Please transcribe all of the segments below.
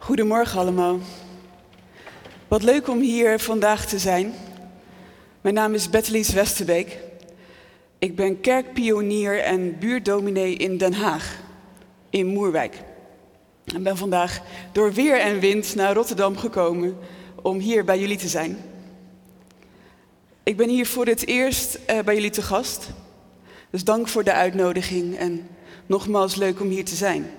Goedemorgen allemaal. Wat leuk om hier vandaag te zijn. Mijn naam is Bettelies Westerbeek. Ik ben kerkpionier en buurtdominee in Den Haag, in Moerwijk. Ik ben vandaag door weer en wind naar Rotterdam gekomen om hier bij jullie te zijn. Ik ben hier voor het eerst bij jullie te gast. Dus dank voor de uitnodiging en nogmaals leuk om hier te zijn.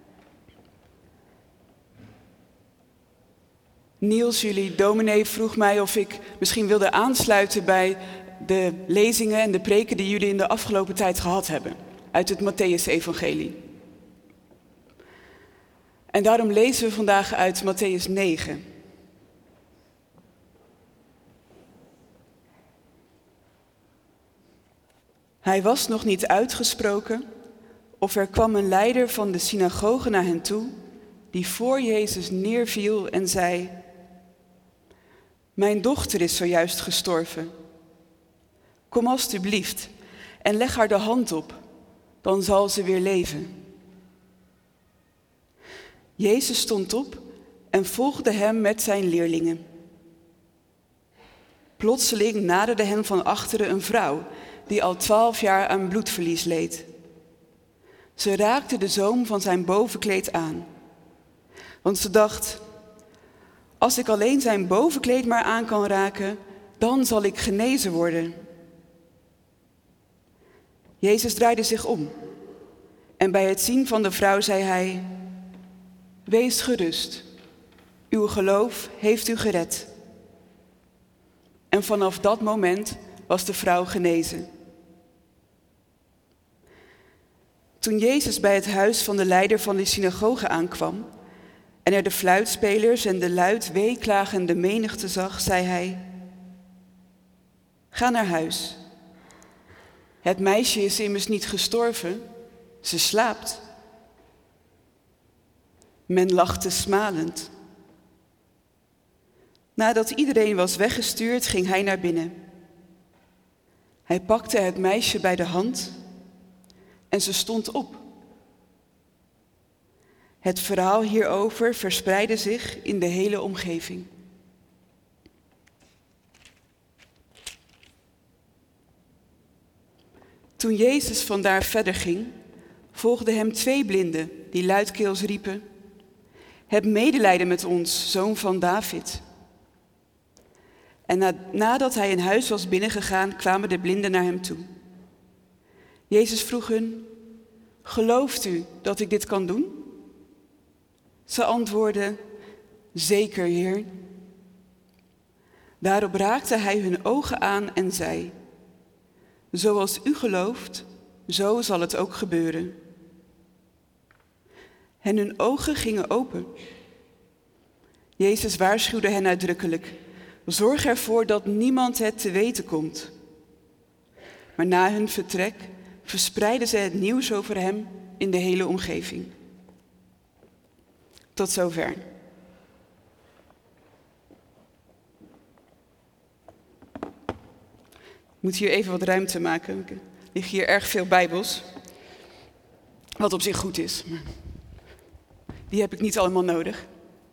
Niels, jullie dominee, vroeg mij of ik misschien wilde aansluiten bij de lezingen en de preken die jullie in de afgelopen tijd gehad hebben. Uit het Mattheüs-evangelie. En daarom lezen we vandaag uit Mattheüs 9. Hij was nog niet uitgesproken of er kwam een leider van de synagoge naar hen toe, die voor Jezus neerviel en zei: Mijn dochter is zojuist gestorven. Kom alstublieft en leg haar de hand op, dan zal ze weer leven. Jezus stond op en volgde hem met zijn leerlingen. Plotseling naderde hem van achteren een vrouw die al 12 jaar aan bloedverlies leed. Ze raakte de zoom van zijn bovenkleed aan, want ze dacht: als ik alleen zijn bovenkleed maar aan kan raken, dan zal ik genezen worden. Jezus draaide zich om en bij het zien van de vrouw zei hij: Wees gerust, uw geloof heeft u gered. En vanaf dat moment was de vrouw genezen. Toen Jezus bij het huis van de leider van de synagoge aankwam en er de fluitspelers en de luid weeklagende menigte zag, zei hij: Ga naar huis. Het meisje is immers niet gestorven, ze slaapt. Men lachte smalend. Nadat iedereen was weggestuurd, ging hij naar binnen. Hij pakte het meisje bij de hand en ze stond op. Het verhaal hierover verspreidde zich in de hele omgeving. Toen Jezus vandaar verder ging, volgden hem 2 blinden die luidkeels riepen: Heb medelijden met ons, zoon van David. En nadat hij in huis was binnengegaan, kwamen de blinden naar hem toe. Jezus vroeg hun: Gelooft u dat ik dit kan doen? Ze antwoordden: Zeker, Heer. Daarop raakte hij hun ogen aan en zei: Zoals u gelooft, zo zal het ook gebeuren. En hun ogen gingen open. Jezus waarschuwde hen uitdrukkelijk: Zorg ervoor dat niemand het te weten komt. Maar na hun vertrek verspreidden ze het nieuws over hem in de hele omgeving. Tot zover. Ik moet hier even wat ruimte maken. Er liggen hier erg veel Bijbels. Wat op zich goed is. Maar die heb ik niet allemaal nodig.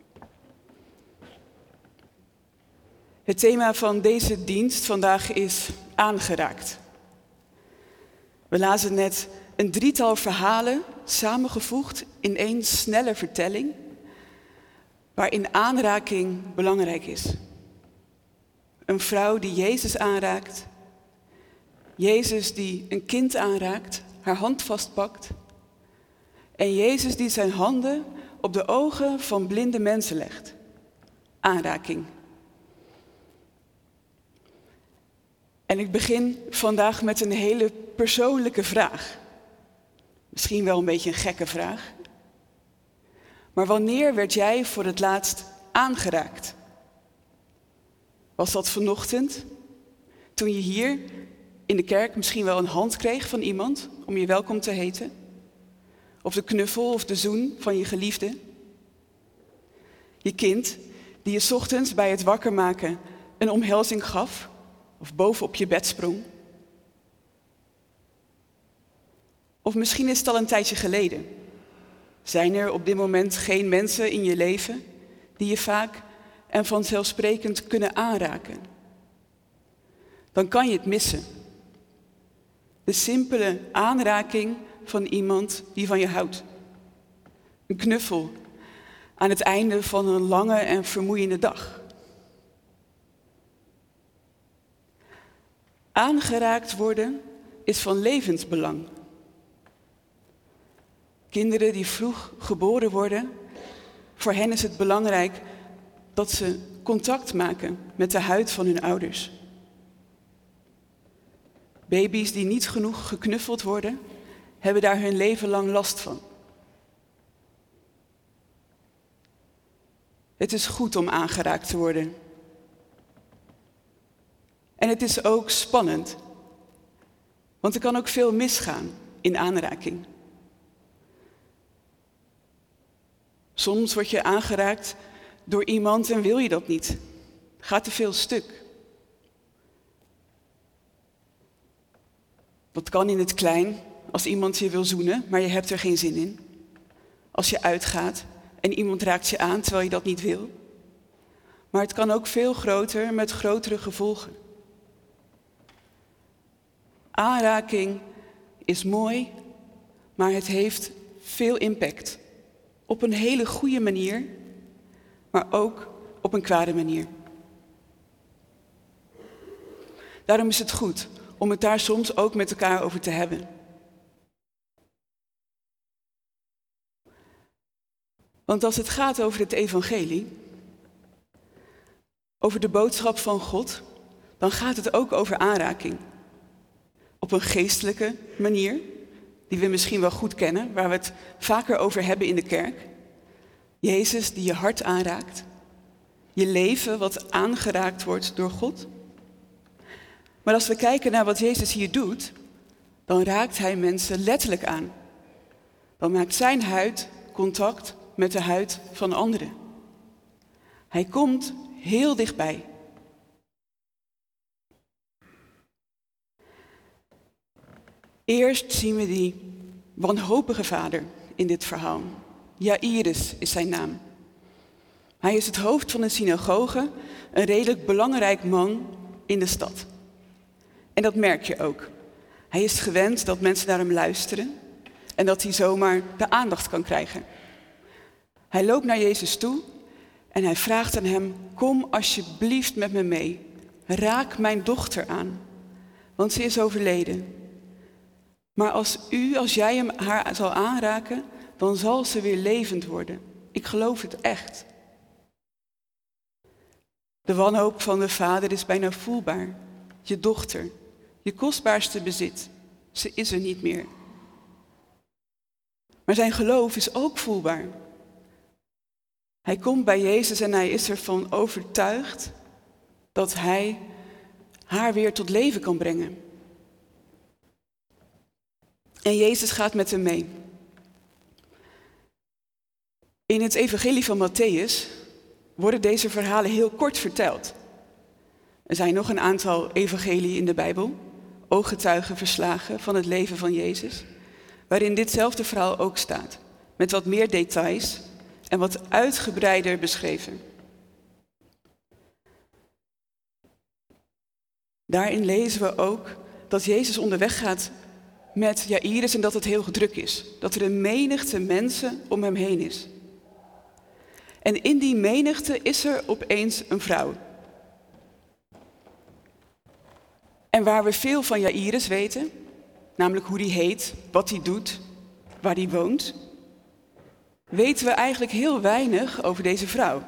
Het thema van deze dienst vandaag is aangeraakt. We lazen net een 3-tal verhalen samengevoegd in 1 snelle vertelling, waarin aanraking belangrijk is. Een vrouw die Jezus aanraakt, Jezus die een kind aanraakt, haar hand vastpakt, en Jezus die zijn handen op de ogen van blinde mensen legt. Aanraking. En ik begin vandaag met een hele persoonlijke vraag. Misschien wel een beetje een gekke vraag. Maar wanneer werd jij voor het laatst aangeraakt? Was dat vanochtend, toen je hier in de kerk misschien wel een hand kreeg van iemand om je welkom te heten? Of de knuffel of de zoen van je geliefde? Je kind die je 's ochtends bij het wakker maken een omhelzing gaf of bovenop je bed sprong? Of misschien is het al een tijdje geleden. Zijn er op dit moment geen mensen in je leven die je vaak en vanzelfsprekend kunnen aanraken. Dan kan je het missen. De simpele aanraking van iemand die van je houdt. Een knuffel aan het einde van een lange en vermoeiende dag. Aangeraakt worden is van levensbelang. Kinderen die vroeg geboren worden, voor hen is het belangrijk dat ze contact maken met de huid van hun ouders. Baby's die niet genoeg geknuffeld worden, hebben daar hun leven lang last van. Het is goed om aangeraakt te worden. En het is ook spannend, want er kan ook veel misgaan in aanraking. Soms word je aangeraakt door iemand en wil je dat niet. Gaat te veel stuk. Dat kan in het klein, als iemand je wil zoenen, maar je hebt er geen zin in. Als je uitgaat en iemand raakt je aan terwijl je dat niet wil. Maar het kan ook veel groter met grotere gevolgen. Aanraking is mooi, maar het heeft veel impact. Op een hele goede manier, maar ook op een kwade manier. Daarom is het goed om het daar soms ook met elkaar over te hebben. Want als het gaat over het evangelie, over de boodschap van God, dan gaat het ook over aanraking. Op een geestelijke manier, die we misschien wel goed kennen, waar we het vaker over hebben in de kerk. Jezus die je hart aanraakt. Je leven wat aangeraakt wordt door God. Maar als we kijken naar wat Jezus hier doet, dan raakt hij mensen letterlijk aan. Dan maakt zijn huid contact met de huid van anderen. Hij komt heel dichtbij. Eerst zien we die wanhopige vader in dit verhaal. Jaïrus is zijn naam. Hij is het hoofd van een synagoge, een redelijk belangrijk man in de stad. En dat merk je ook. Hij is gewend dat mensen naar hem luisteren en dat hij zomaar de aandacht kan krijgen. Hij loopt naar Jezus toe en hij vraagt aan hem: kom alsjeblieft met me mee. Raak mijn dochter aan, want ze is overleden. Maar als jij haar zal aanraken, dan zal ze weer levend worden. Ik geloof het echt. De wanhoop van de vader is bijna voelbaar. Je dochter, je kostbaarste bezit, ze is er niet meer. Maar zijn geloof is ook voelbaar. Hij komt bij Jezus en hij is ervan overtuigd dat hij haar weer tot leven kan brengen. En Jezus gaat met hem mee. In het evangelie van Mattheüs worden deze verhalen heel kort verteld. Er zijn nog een aantal evangelieën in de Bijbel, ooggetuigenverslagen van het leven van Jezus, waarin ditzelfde verhaal ook staat, met wat meer details en wat uitgebreider beschreven. Daarin lezen we ook dat Jezus onderweg gaat met Jaïrus en dat het heel druk is. Dat er een menigte mensen om hem heen is. En in die menigte is er opeens een vrouw. En waar we veel van Jaïrus weten, namelijk hoe die heet, wat hij doet, waar hij woont, weten we eigenlijk heel weinig over deze vrouw.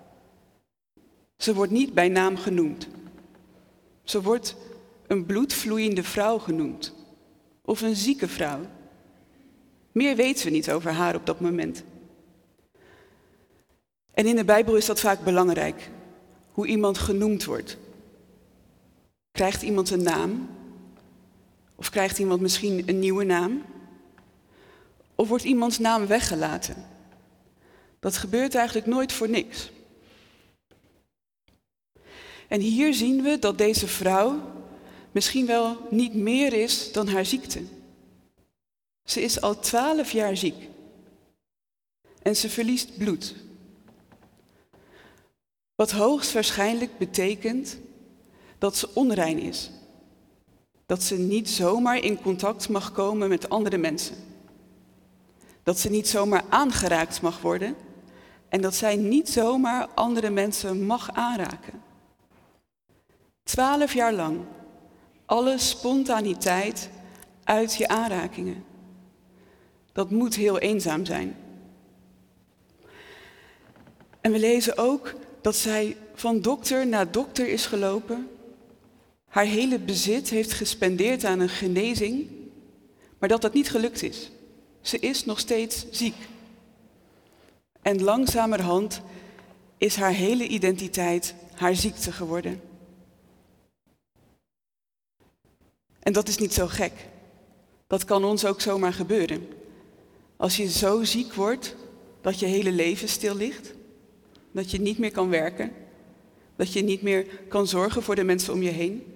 Ze wordt niet bij naam genoemd. Ze wordt een bloedvloeiende vrouw genoemd. Of een zieke vrouw. Meer weten we niet over haar op dat moment. En in de Bijbel is dat vaak belangrijk. Hoe iemand genoemd wordt. Krijgt iemand een naam? Of krijgt iemand misschien een nieuwe naam? Of wordt iemands naam weggelaten? Dat gebeurt eigenlijk nooit voor niks. En hier zien we dat deze vrouw misschien wel niet meer is dan haar ziekte. Ze is al 12 jaar ziek. En ze verliest bloed. Wat hoogstwaarschijnlijk betekent dat ze onrein is. Dat ze niet zomaar in contact mag komen met andere mensen. Dat ze niet zomaar aangeraakt mag worden en dat zij niet zomaar andere mensen mag aanraken. 12 jaar lang, alle spontaniteit uit je aanrakingen. Dat moet heel eenzaam zijn. En we lezen ook dat zij van dokter naar dokter is gelopen, haar hele bezit heeft gespendeerd aan een genezing, maar dat niet gelukt is. Ze is nog steeds ziek. En langzamerhand is haar hele identiteit haar ziekte geworden. En dat is niet zo gek. Dat kan ons ook zomaar gebeuren. Als je zo ziek wordt dat je hele leven stil ligt, dat je niet meer kan werken, dat je niet meer kan zorgen voor de mensen om je heen.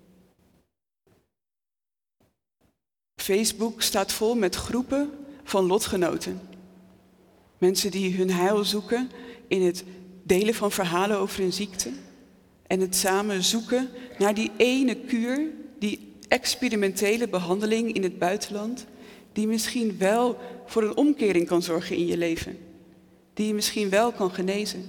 Facebook staat vol met groepen van lotgenoten. Mensen die hun heil zoeken in het delen van verhalen over hun ziekte en het samen zoeken naar die ene kuur, die experimentele behandeling in het buitenland, die misschien wel voor een omkering kan zorgen in je leven, die je misschien wel kan genezen.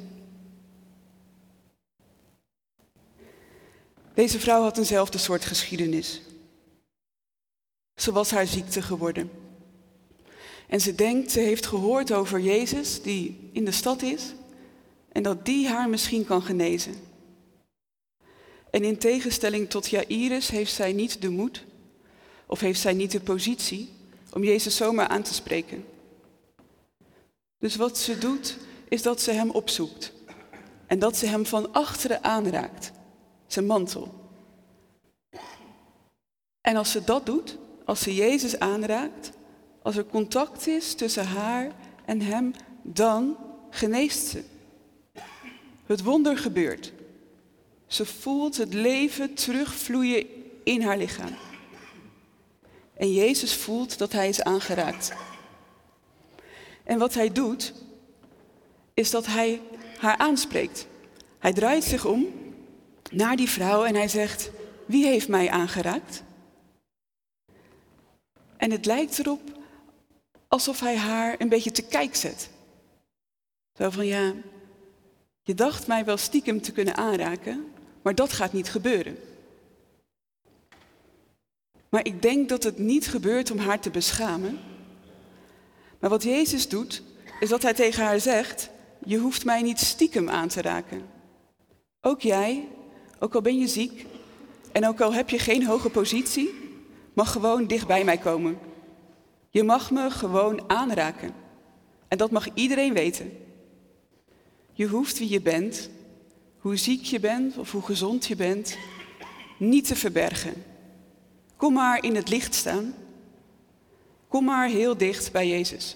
Deze vrouw had eenzelfde soort geschiedenis. Ze was haar ziekte geworden. En ze denkt, ze heeft gehoord over Jezus die in de stad is en dat die haar misschien kan genezen. En in tegenstelling tot Jaïrus heeft zij niet de moed of heeft zij niet de positie om Jezus zomaar aan te spreken. Dus wat ze doet, is dat ze hem opzoekt en dat ze hem van achteren aanraakt, zijn mantel. En als ze dat doet, als ze Jezus aanraakt, als er contact is tussen haar en hem, dan geneest ze. Het wonder gebeurt. Ze voelt het leven terugvloeien in haar lichaam. En Jezus voelt dat hij is aangeraakt. En wat hij doet, is dat hij haar aanspreekt. Hij draait zich om naar die vrouw en hij zegt, wie heeft mij aangeraakt? En het lijkt erop alsof hij haar een beetje te kijk zet. Zo van ja, je dacht mij wel stiekem te kunnen aanraken, maar dat gaat niet gebeuren. Maar ik denk dat het niet gebeurt om haar te beschamen. Maar wat Jezus doet, is dat hij tegen haar zegt, je hoeft mij niet stiekem aan te raken. Ook jij, ook al ben je ziek en ook al heb je geen hoge positie, mag gewoon dicht bij mij komen. Je mag me gewoon aanraken. En dat mag iedereen weten. Je hoeft wie je bent, hoe ziek je bent of hoe gezond je bent, niet te verbergen. Kom maar in het licht staan. Kom maar heel dicht bij Jezus.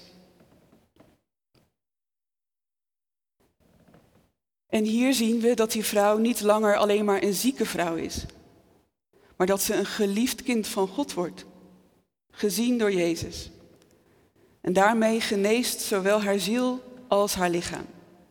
En hier zien we dat die vrouw niet langer alleen maar een zieke vrouw is, maar dat ze een geliefd kind van God wordt, gezien door Jezus. En daarmee geneest zowel haar ziel als haar lichaam.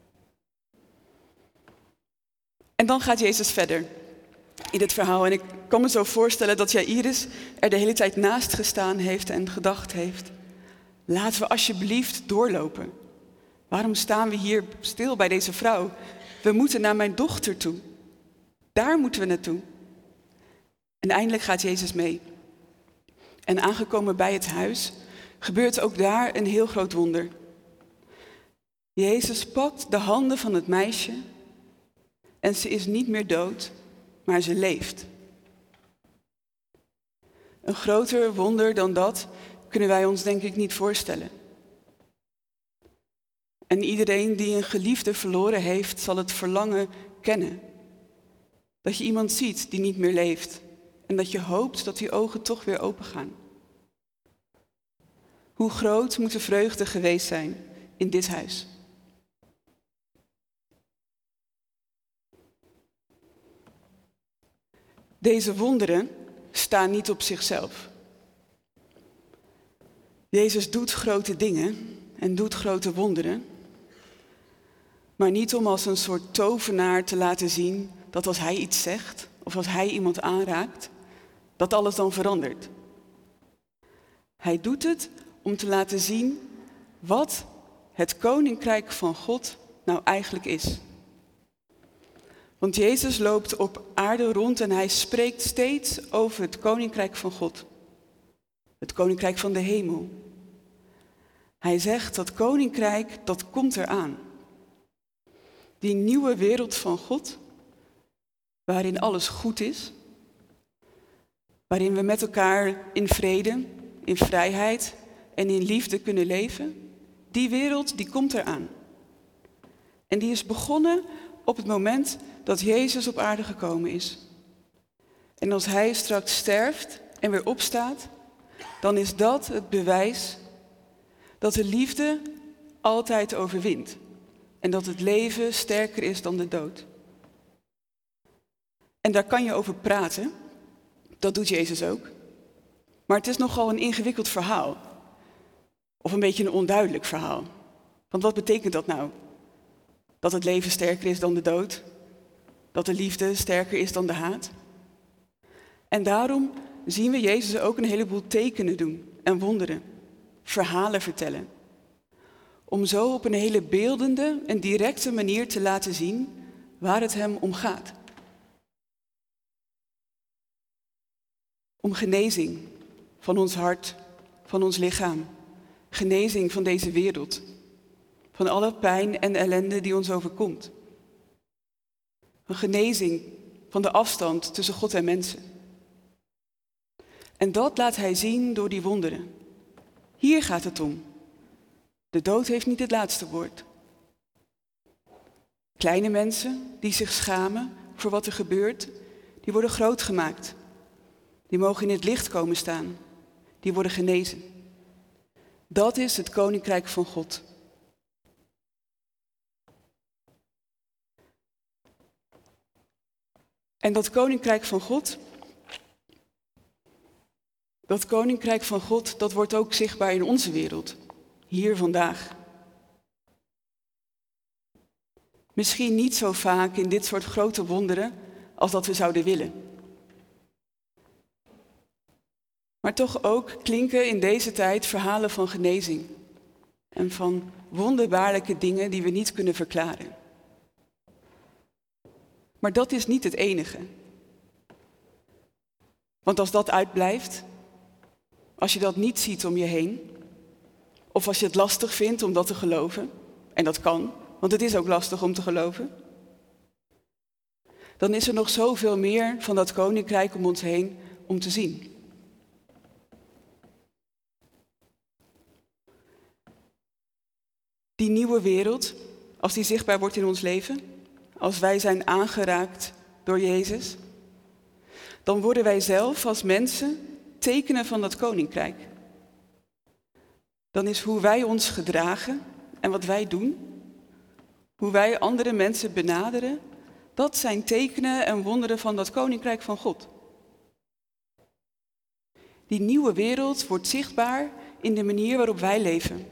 En dan gaat Jezus verder in het verhaal. En ik kan me zo voorstellen dat Jaïrus er de hele tijd naast gestaan heeft en gedacht heeft, laten we alsjeblieft doorlopen. Waarom staan we hier stil bij deze vrouw? We moeten naar mijn dochter toe. Daar moeten we naartoe. En eindelijk gaat Jezus mee. En aangekomen bij het huis gebeurt ook daar een heel groot wonder. Jezus pakt de handen van het meisje en ze is niet meer dood, maar ze leeft. Een groter wonder dan dat kunnen wij ons denk ik niet voorstellen. En iedereen die een geliefde verloren heeft, zal het verlangen kennen. Dat je iemand ziet die niet meer leeft en dat je hoopt dat die ogen toch weer open gaan. Hoe groot moet de vreugde geweest zijn in dit huis? Deze wonderen staan niet op zichzelf. Jezus doet grote dingen en doet grote wonderen. Maar niet om als een soort tovenaar te laten zien dat als hij iets zegt of als hij iemand aanraakt, dat alles dan verandert. Hij doet het om te laten zien wat het koninkrijk van God nou eigenlijk is. Want Jezus loopt op aarde rond en hij spreekt steeds over het koninkrijk van God. Het koninkrijk van de hemel. Hij zegt dat koninkrijk, dat komt eraan. Die nieuwe wereld van God, waarin alles goed is, waarin we met elkaar in vrede, in vrijheid en in liefde kunnen leven, die wereld die komt eraan. En die is begonnen op het moment dat Jezus op aarde gekomen is. En als hij straks sterft en weer opstaat, dan is dat het bewijs dat de liefde altijd overwint. En dat het leven sterker is dan de dood. En daar kan je over praten. Dat doet Jezus ook. Maar het is nogal een ingewikkeld verhaal. Of een beetje een onduidelijk verhaal. Want wat betekent dat nou? Dat het leven sterker is dan de dood? Dat de liefde sterker is dan de haat? En daarom zien we Jezus ook een heleboel tekenen doen en wonderen. Verhalen vertellen. Om zo op een hele beeldende en directe manier te laten zien waar het hem om gaat. Om genezing van ons hart, van ons lichaam. Genezing van deze wereld. Van alle pijn en ellende die ons overkomt. Een genezing van de afstand tussen God en mensen. En dat laat hij zien door die wonderen. Hier gaat het om. De dood heeft niet het laatste woord. Kleine mensen die zich schamen voor wat er gebeurt, die worden groot gemaakt. Die mogen in het licht komen staan. Die worden genezen. Dat is het koninkrijk van God. En dat koninkrijk van God, dat wordt ook zichtbaar in onze wereld. Hier vandaag. Misschien niet zo vaak in dit soort grote wonderen als dat we zouden willen. Maar toch ook klinken in deze tijd verhalen van genezing. En van wonderbaarlijke dingen die we niet kunnen verklaren. Maar dat is niet het enige. Want als dat uitblijft, als je dat niet ziet om je heen, of als je het lastig vindt om dat te geloven, en dat kan, want het is ook lastig om te geloven, dan is er nog zoveel meer van dat koninkrijk om ons heen om te zien. Die nieuwe wereld, als die zichtbaar wordt in ons leven, als wij zijn aangeraakt door Jezus, dan worden wij zelf als mensen tekenen van dat koninkrijk. Dan is hoe wij ons gedragen en wat wij doen, hoe wij andere mensen benaderen, dat zijn tekenen en wonderen van dat koninkrijk van God. Die nieuwe wereld wordt zichtbaar in de manier waarop wij leven.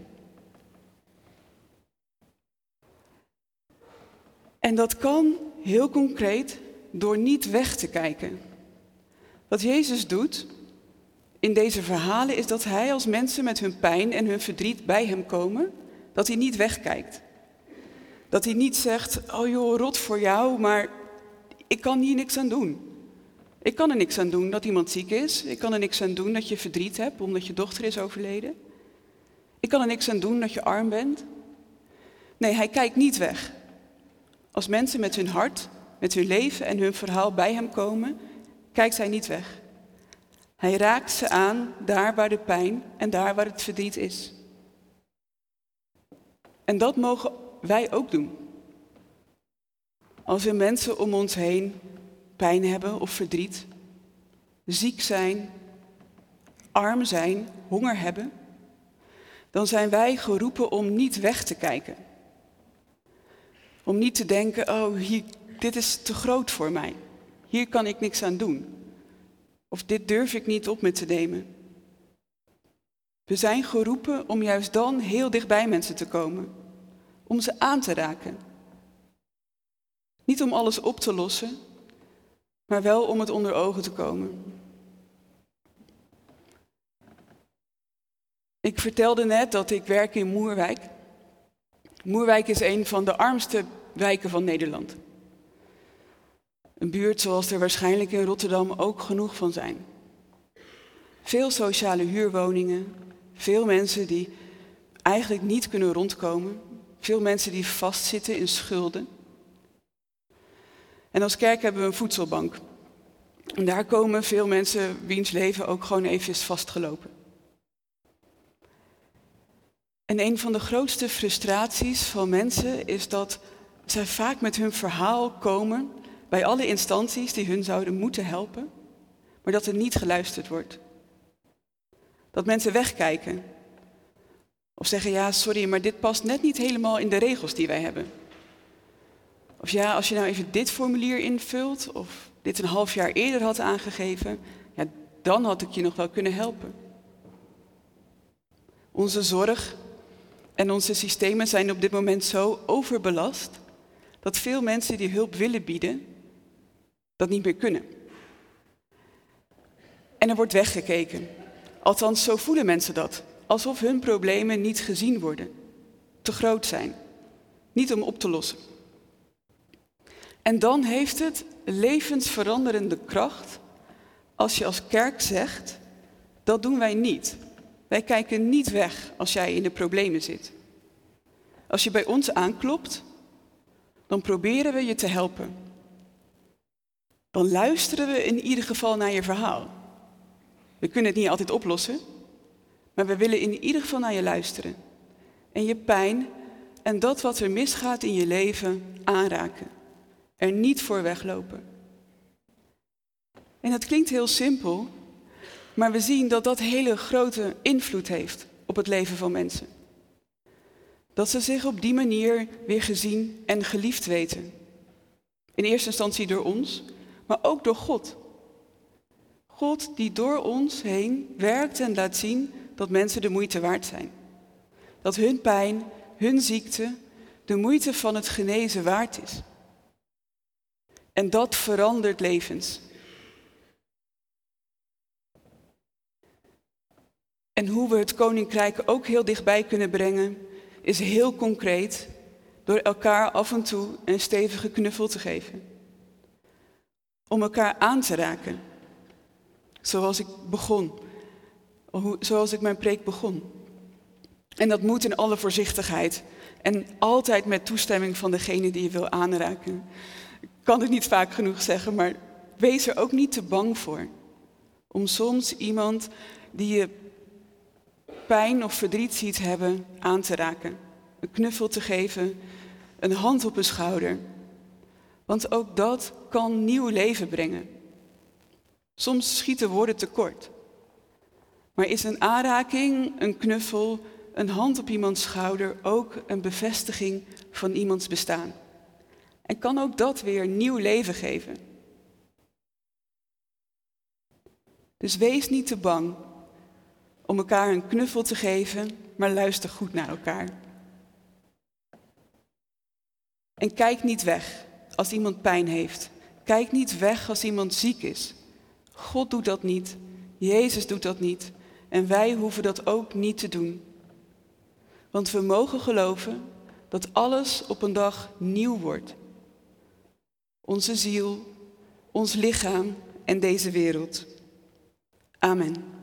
En dat kan heel concreet door niet weg te kijken. Wat Jezus doet in deze verhalen is dat hij als mensen met hun pijn en hun verdriet bij hem komen, dat hij niet wegkijkt. Dat hij niet zegt, oh joh, rot voor jou, maar ik kan hier niks aan doen. Ik kan er niks aan doen dat iemand ziek is. Ik kan er niks aan doen dat je verdriet hebt omdat je dochter is overleden. Ik kan er niks aan doen dat je arm bent. Nee, hij kijkt niet weg. Als mensen met hun hart, met hun leven en hun verhaal bij hem komen, kijkt hij niet weg. Hij raakt ze aan daar waar de pijn en daar waar het verdriet is. En dat mogen wij ook doen. Als er mensen om ons heen pijn hebben of verdriet, ziek zijn, arm zijn, honger hebben, dan zijn wij geroepen om niet weg te kijken. Om niet te denken, oh, dit is te groot voor mij. Hier kan ik niks aan doen. Of dit durf ik niet op me te nemen. We zijn geroepen om juist dan heel dicht bij mensen te komen. Om ze aan te raken. Niet om alles op te lossen, maar wel om het onder ogen te komen. Ik vertelde net dat ik werk in Moerwijk. Moerwijk is een van de armste wijken van Nederland. Een buurt zoals er waarschijnlijk in Rotterdam ook genoeg van zijn. Veel sociale huurwoningen, veel mensen die eigenlijk niet kunnen rondkomen, veel mensen die vastzitten in schulden. En als kerk hebben we een voedselbank. En daar komen veel mensen wiens leven ook gewoon even is vastgelopen. En een van de grootste frustraties van mensen is dat zij vaak met hun verhaal komen bij alle instanties die hun zouden moeten helpen, maar dat er niet geluisterd wordt. Dat mensen wegkijken. Of zeggen, ja, sorry, maar dit past net niet helemaal in de regels die wij hebben. Of ja, als je nou even dit formulier invult, of dit een half jaar eerder had aangegeven, ja, dan had ik je nog wel kunnen helpen. Onze zorg en onze systemen zijn op dit moment zo overbelast dat veel mensen die hulp willen bieden, dat niet meer kunnen. En er wordt weggekeken. Althans, zo voelen mensen dat. Alsof hun problemen niet gezien worden. Te groot zijn. Niet om op te lossen. En dan heeft het levensveranderende kracht als je als kerk zegt, dat doen wij niet. Wij kijken niet weg als jij in de problemen zit. Als je bij ons aanklopt, dan proberen we je te helpen. Dan luisteren we in ieder geval naar je verhaal. We kunnen het niet altijd oplossen, maar we willen in ieder geval naar je luisteren. En je pijn en dat wat er misgaat in je leven aanraken. Er niet voor weglopen. En dat klinkt heel simpel, maar we zien dat dat hele grote invloed heeft op het leven van mensen. Dat ze zich op die manier weer gezien en geliefd weten. In eerste instantie door ons, maar ook door God. God die door ons heen werkt en laat zien dat mensen de moeite waard zijn. Dat hun pijn, hun ziekte, de moeite van het genezen waard is. En dat verandert levens. En hoe we het koninkrijk ook heel dichtbij kunnen brengen, is heel concreet door elkaar af en toe een stevige knuffel te geven. Om elkaar aan te raken. Zoals ik mijn preek begon. En dat moet in alle voorzichtigheid. En altijd met toestemming van degene die je wil aanraken. Ik kan het niet vaak genoeg zeggen, maar wees er ook niet te bang voor. Om soms iemand die je pijn of verdriet ziet hebben aan te raken. Een knuffel te geven, een hand op een schouder. Want ook dat kan nieuw leven brengen. Soms schieten woorden tekort. Maar is een aanraking, een knuffel, een hand op iemands schouder ook een bevestiging van iemands bestaan? En kan ook dat weer nieuw leven geven? Dus wees niet te bang om elkaar een knuffel te geven, maar luister goed naar elkaar. En kijk niet weg als iemand pijn heeft. Kijk niet weg als iemand ziek is. God doet dat niet. Jezus doet dat niet. En wij hoeven dat ook niet te doen. Want we mogen geloven dat alles op een dag nieuw wordt. Onze ziel, ons lichaam en deze wereld. Amen.